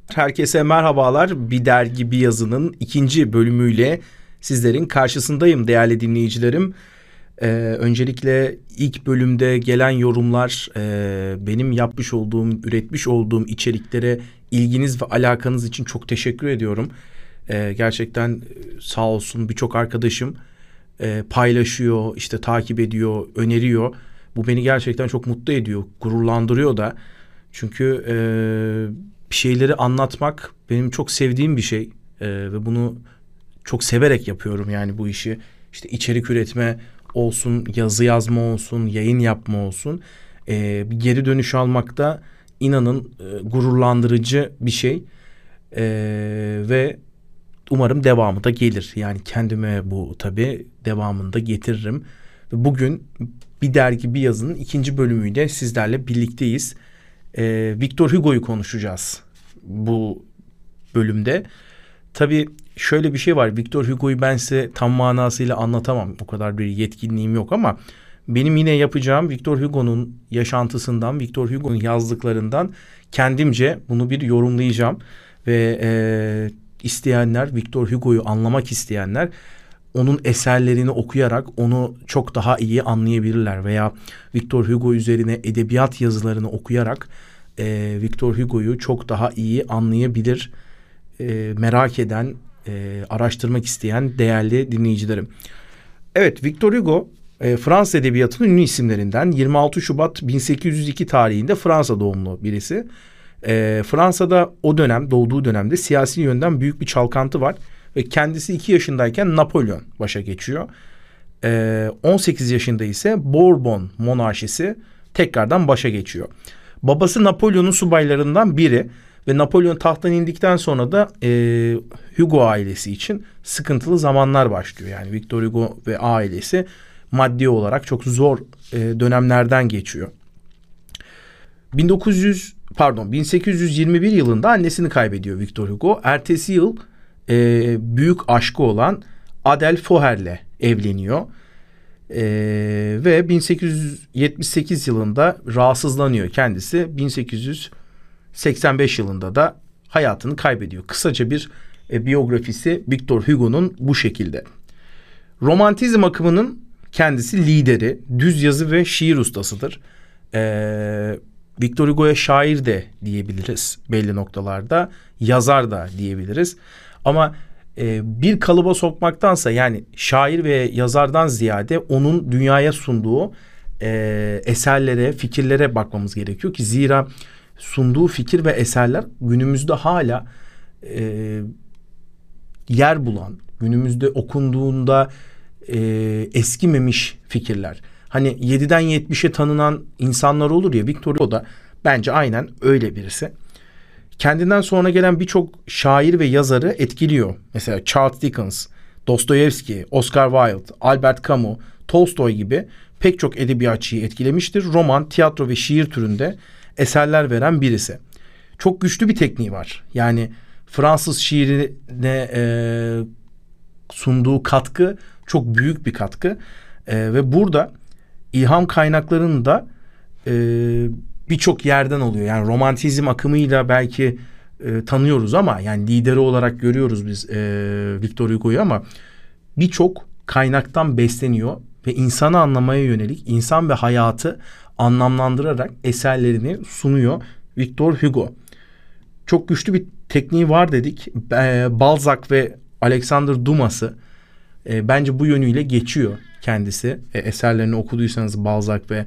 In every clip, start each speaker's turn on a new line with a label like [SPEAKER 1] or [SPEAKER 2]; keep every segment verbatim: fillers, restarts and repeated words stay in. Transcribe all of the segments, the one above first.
[SPEAKER 1] Herkese merhabalar. Bir dergi bir yazının ikinci bölümüyle sizlerin karşısındayım değerli dinleyicilerim. Ee, öncelikle ilk bölümde gelen yorumlar, e, benim yapmış olduğum, üretmiş olduğum içeriklere ilginiz ve alakanız için çok teşekkür ediyorum. Ee, gerçekten sağ olsun birçok arkadaşım e, paylaşıyor, işte takip ediyor, öneriyor. Bu beni gerçekten çok mutlu ediyor, gururlandırıyor da. Çünkü e, bir şeyleri anlatmak benim çok sevdiğim bir şey e, ve bunu çok severek yapıyorum yani bu işi. İşte içerik üretme olsun, yazı yazma olsun, yayın yapma olsun. E, bir geri dönüş almak da inanın e, gururlandırıcı bir şey e, ve umarım devamı da gelir. Yani kendime bu tabii devamını da getiririm. Ve bugün bir dergi bir yazının ikinci bölümüyle sizlerle birlikteyiz. Ee, Victor Hugo'yu konuşacağız bu bölümde. Tabii şöyle bir şey var. Victor Hugo'yu ben size tam manasıyla anlatamam. O kadar bir yetkinliğim yok ama benim yine yapacağım Victor Hugo'nun yaşantısından, Victor Hugo'nun yazdıklarından kendimce bunu bir yorumlayacağım. Ve e, isteyenler, Victor Hugo'yu anlamak isteyenler onun eserlerini okuyarak onu çok daha iyi anlayabilirler veya Victor Hugo üzerine edebiyat yazılarını okuyarak e, Victor Hugo'yu çok daha iyi anlayabilir. E, merak eden, e, araştırmak isteyen değerli dinleyicilerim. Evet, Victor Hugo e, Fransız edebiyatının ünlü isimlerinden. yirmi altı Şubat bin sekiz yüz iki tarihinde Fransa doğumlu birisi. E, Fransa'da o dönem, doğduğu dönemde siyasi yönden büyük bir çalkantı var. Ve kendisi iki yaşındayken Napolyon başa geçiyor. Ee, on sekiz yaşında ise Bourbon monarşisi tekrardan başa geçiyor. Babası Napolyon'un subaylarından biri ve Napolyon tahttan indikten sonra da e, Hugo ailesi için sıkıntılı zamanlar başlıyor. Yani Victor Hugo ve ailesi maddi olarak çok zor e, dönemlerden geçiyor. bin dokuz yüz pardon bin sekiz yüz yirmi bir yılında annesini kaybediyor Victor Hugo. Ertesi yıl e, büyük aşkı olan Adele Faucher'le evleniyor. E, ve bin sekiz yüz yetmiş sekiz yılında rahatsızlanıyor kendisi. bin sekiz yüz seksen beş yılında da hayatını kaybediyor. Kısaca bir e, biyografisi Victor Hugo'nun bu şekilde. Romantizm akımının kendisi lideri, düz yazı ve şiir ustasıdır. E, Victor Hugo'ya şair de diyebiliriz belli noktalarda, yazar da diyebiliriz. Ama e, bir kalıba sokmaktansa yani şair ve yazardan ziyade onun dünyaya sunduğu e, eserlere, fikirlere bakmamız gerekiyor ki zira sunduğu fikir ve eserler günümüzde hala e, yer bulan, günümüzde okunduğunda e, eskimemiş fikirler. Hani yediden yetmişe tanınan insanlar olur ya, Victor Hugo da bence aynen öyle birisi. Kendinden sonra gelen birçok şair ve yazarı etkiliyor. Mesela Charles Dickens, Dostoyevski, Oscar Wilde, Albert Camus, Tolstoy gibi pek çok edebiyatçıyı etkilemiştir. Roman, tiyatro ve şiir türünde eserler veren birisi. Çok güçlü bir tekniği var. Yani Fransız şiirine e, sunduğu katkı çok büyük bir katkı. E, ve burada ilham kaynaklarını da e, birçok yerden oluyor. Yani romantizm akımıyla belki e, tanıyoruz ama yani lideri olarak görüyoruz biz e, Victor Hugo'yu ama birçok kaynaktan besleniyor ve insanı anlamaya yönelik, insan ve hayatı anlamlandırarak eserlerini sunuyor Victor Hugo. Çok güçlü bir tekniği var dedik. E, Balzac ve Alexander Dumas'ı e, bence bu yönüyle geçiyor kendisi. E, eserlerini okuduysanız Balzac ve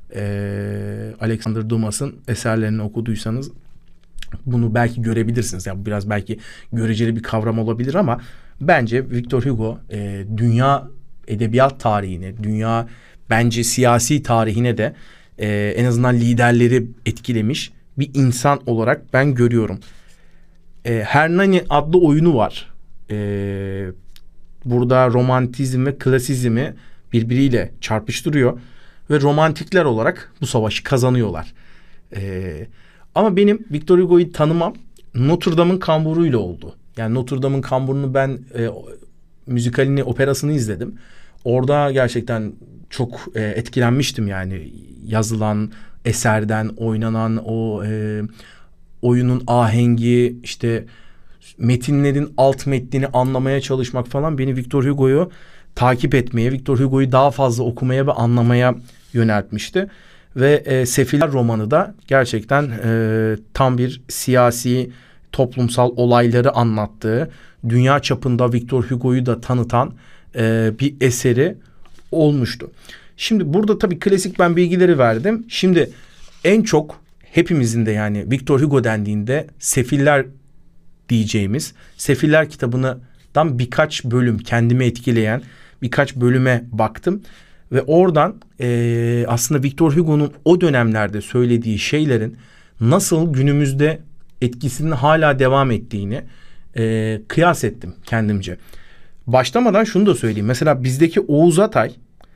[SPEAKER 1] e, Alexander Dumas'ın eserlerini okuduysanız bunu belki görebilirsiniz. Yani biraz belki göreceli bir kavram olabilir ama bence Victor Hugo e, dünya edebiyat tarihine, dünya bence siyasi tarihine de e, en azından liderleri etkilemiş bir insan olarak ben görüyorum. E, Hernani adlı oyunu var. E, burada romantizm ve klasizmi birbiriyle çarpıştırıyor ve romantikler olarak bu savaşı kazanıyorlar. E, ama benim Victor Hugo'yu tanımam Notre Dame'ın kamburuyla oldu. Yani Notre Dame'ın kamburunu ben e, müzikalini, operasını izledim. Orada gerçekten çok e, etkilenmiştim yani yazılan eserden, oynanan o e, oyunun ahengi, işte metinlerin alt metnini anlamaya çalışmak falan beni Victor Hugo'yu takip etmeye, Victor Hugo'yu daha fazla okumaya ve anlamaya yöneltmişti. Ve e, Sefiller romanı da gerçekten e, tam bir siyasi, toplumsal olayları anlattığı, dünya çapında Victor Hugo'yu da tanıtan e, bir eseri olmuştu. Şimdi burada tabii klasik ben bilgileri verdim. Şimdi en çok hepimizin de, yani Victor Hugo dendiğinde Sefiller diyeceğimiz Sefiller kitabından birkaç bölüm kendimi etkileyen birkaç bölüme baktım. Ve oradan e, aslında Victor Hugo'nun o dönemlerde söylediği şeylerin nasıl günümüzde etkisinin hala devam ettiğini e, kıyas ettim kendimce. Başlamadan şunu da söyleyeyim. Mesela bizdeki Oğuz Atay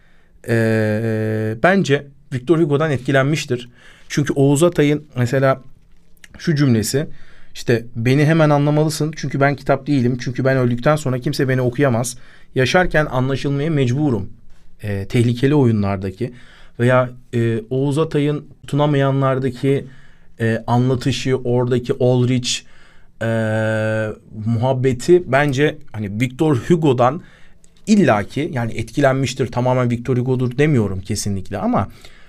[SPEAKER 1] e, bence Victor Hugo'dan etkilenmiştir. Çünkü Oğuz Atay'ın mesela şu cümlesi, işte beni hemen anlamalısın çünkü ben kitap değilim. Çünkü ben öldükten sonra kimse beni okuyamaz. Yaşarken anlaşılmaya mecburum. E, tehlikeli oyunlardaki veya e, Oğuz Atay'ın tutunamayanlardaki e, anlatışı, oradaki Ulrich e, muhabbeti bence hani Victor Hugo'dan illaki, yani etkilenmiştir, tamamen Victor Hugo'dur demiyorum kesinlikle ama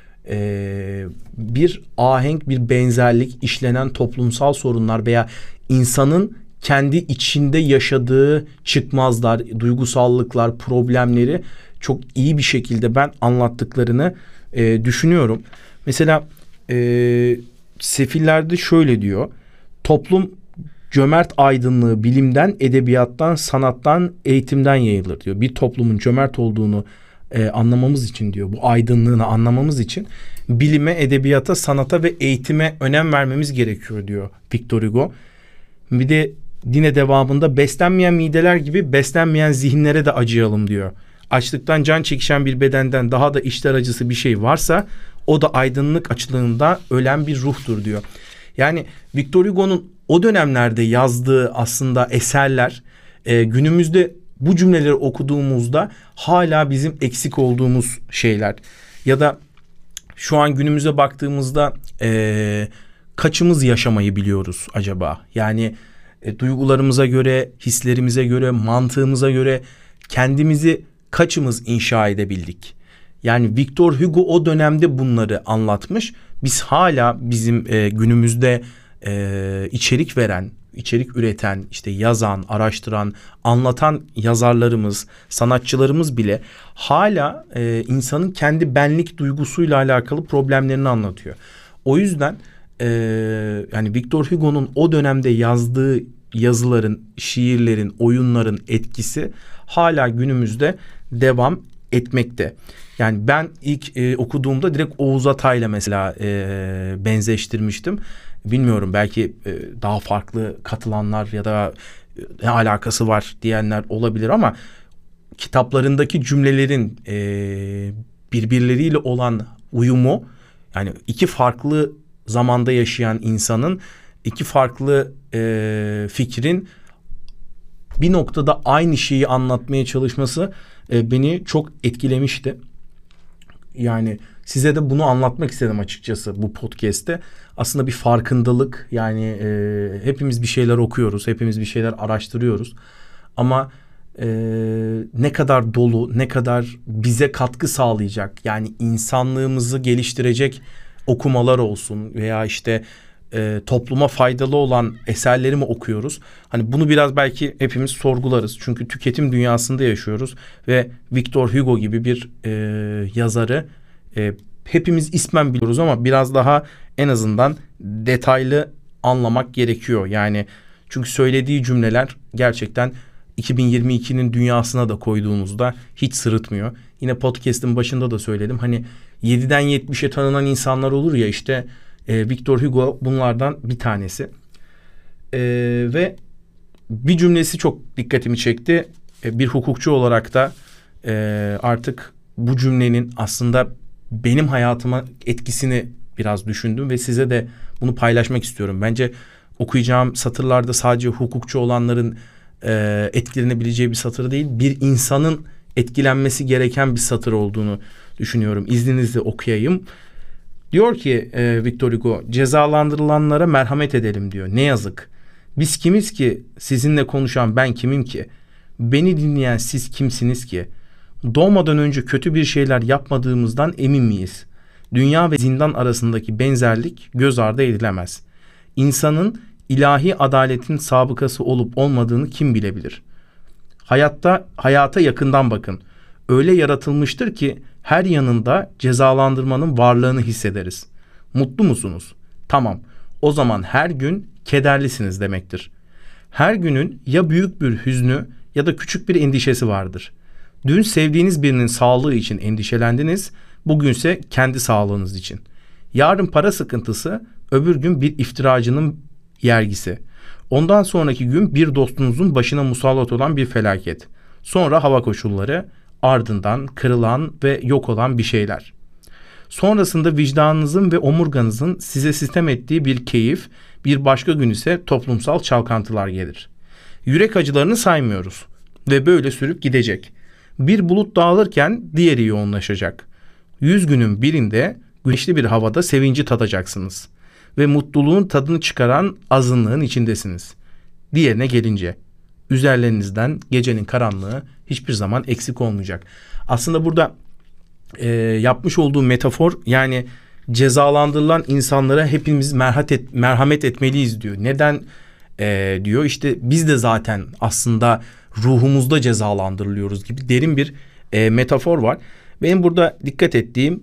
[SPEAKER 1] e, bir ahenk, bir benzerlik, işlenen toplumsal sorunlar veya insanın kendi içinde yaşadığı çıkmazlar, duygusallıklar, problemleri çok iyi bir şekilde ben anlattıklarını e, düşünüyorum. Mesela e, Sefillerde şöyle diyor: toplum cömert aydınlığı bilimden, edebiyattan, sanattan, eğitimden yayılır diyor. Bir toplumun cömert olduğunu e, anlamamız için diyor, bu aydınlığını anlamamız için bilime, edebiyata, sanata ve eğitime önem vermemiz gerekiyor diyor Victor Hugo. Bir de yine devamında beslenmeyen mideler gibi beslenmeyen zihinlere de acıyalım diyor. Açlıktan can çekişen bir bedenden daha da içler acısı bir şey varsa o da aydınlık açlığında ölen bir ruhtur diyor. Yani Victor Hugo'nun o dönemlerde yazdığı aslında eserler e, günümüzde bu cümleleri okuduğumuzda hala bizim eksik olduğumuz şeyler. Ya da şu an günümüze baktığımızda e, kaçımız yaşamayı biliyoruz acaba? Yani e, duygularımıza göre, hislerimize göre, mantığımıza göre kendimizi kaçımız inşa edebildik? Yani Victor Hugo o dönemde bunları anlatmış. Biz hala bizim e, günümüzde e, içerik veren, içerik üreten, işte yazan, araştıran, anlatan yazarlarımız, sanatçılarımız bile hala e, insanın kendi benlik duygusuyla alakalı problemlerini anlatıyor. O yüzden e, yani Victor Hugo'nun o dönemde yazdığı yazıların, şiirlerin, oyunların etkisi hala günümüzde devam etmekte. Yani ben ilk e, okuduğumda direkt Oğuz Atay'la mesela e, benzeştirmiştim. Bilmiyorum, belki e, daha farklı katılanlar ya da e, ne alakası var diyenler olabilir ama kitaplarındaki cümlelerin e, birbirleriyle olan uyumu, yani iki farklı zamanda yaşayan insanın iki farklı e, fikrin bir noktada aynı şeyi anlatmaya çalışması e, beni çok etkilemişti. Yani size de bunu anlatmak istedim açıkçası bu podcast'te. Aslında bir farkındalık, yani e, hepimiz bir şeyler okuyoruz, hepimiz bir şeyler araştırıyoruz. Ama e, ne kadar dolu, ne kadar bize katkı sağlayacak, yani insanlığımızı geliştirecek okumalar olsun veya işte e, topluma faydalı olan eserleri mi okuyoruz? Hani bunu biraz belki hepimiz sorgularız. Çünkü tüketim dünyasında yaşıyoruz ve Victor Hugo gibi bir e, yazarı e, hepimiz ismen biliyoruz ama biraz daha en azından detaylı anlamak gerekiyor. Yani çünkü söylediği cümleler gerçekten iki bin yirmi ikinin dünyasına da koyduğumuzda hiç sırıtmıyor. Yine podcast'ın başında da söyledim. Hani yediden yetmişe tanınan insanlar olur ya, işte e, Victor Hugo bunlardan bir tanesi. E, ve bir cümlesi çok dikkatimi çekti. E, bir hukukçu olarak da e, artık bu cümlenin aslında benim hayatıma etkisini biraz düşündüm ve size de bunu paylaşmak istiyorum. Bence okuyacağım satırlarda sadece hukukçu olanların e, etkilenebileceği bir satır değil, bir insanın etkilenmesi gereken bir satır olduğunu düşünüyorum. İzninizle okuyayım. Diyor ki e, Victor Hugo, cezalandırılanlara merhamet edelim diyor. Ne yazık. Biz kimiz ki, sizinle konuşan ben kimim ki? Beni dinleyen siz kimsiniz ki? Doğmadan önce kötü bir şeyler yapmadığımızdan emin miyiz? Dünya ve zindan arasındaki benzerlik göz ardı edilemez. İnsanın ilahi adaletin sabıkası olup olmadığını kim bilebilir? Hayatta hayata yakından bakın. Öyle yaratılmıştır ki her yanında cezalandırmanın varlığını hissederiz. Mutlu musunuz? Tamam. O zaman her gün kederlisiniz demektir. Her günün ya büyük bir hüznü ya da küçük bir endişesi vardır. Dün sevdiğiniz birinin sağlığı için endişelendiniz, bugünse kendi sağlığınız için. Yarın para sıkıntısı, öbür gün bir iftiracının yergisi. Ondan sonraki gün bir dostunuzun başına musallat olan bir felaket. Sonra hava koşulları, ardından kırılan ve yok olan bir şeyler. Sonrasında vicdanınızın ve omurganızın size sitem ettiği bir keyif, bir başka gün ise toplumsal çalkantılar gelir. Yürek acılarını saymıyoruz ve böyle sürüp gidecek. Bir bulut dağılırken diğeri yoğunlaşacak. Yüz günün birinde güneşli bir havada sevinci tadacaksınız ve mutluluğun tadını çıkaran azınlığın içindesiniz. Diğerine gelince üzerlerinizden gecenin karanlığı hiçbir zaman eksik olmayacak. Aslında burada e, yapmış olduğu metafor, yani cezalandırılan insanlara hepimiz merhamet, et, merhamet etmeliyiz diyor. Neden e, diyor? İşte biz de zaten aslında ruhumuzda cezalandırılıyoruz gibi derin bir e, metafor var. Benim burada dikkat ettiğim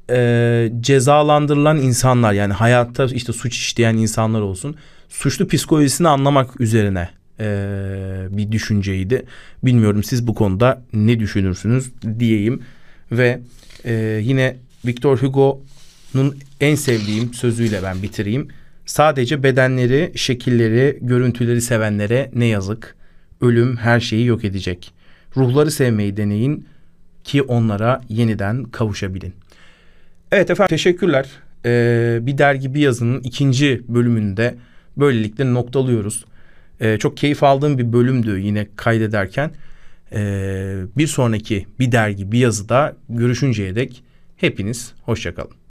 [SPEAKER 1] e, cezalandırılan insanlar, yani hayatta işte suç işleyen insanlar olsun, suçlu psikolojisini anlamak üzerine Ee, bir düşünceydi. Bilmiyorum siz bu konuda ne düşünürsünüz diyeyim ve e, yine Victor Hugo'nun en sevdiğim sözüyle ben bitireyim. Sadece bedenleri, şekilleri, görüntüleri sevenlere ne yazık. Ölüm her şeyi yok edecek. Ruhları sevmeyi deneyin ki onlara yeniden kavuşabilin. Evet efendim, teşekkürler. Ee, bir dergi bir yazının ikinci bölümünde böylelikle noktalıyoruz. Ee, çok keyif aldığım bir bölümdü yine kaydederken. Ee, bir sonraki bir dergi bir yazıda görüşünceye dek hepiniz hoşça kalın.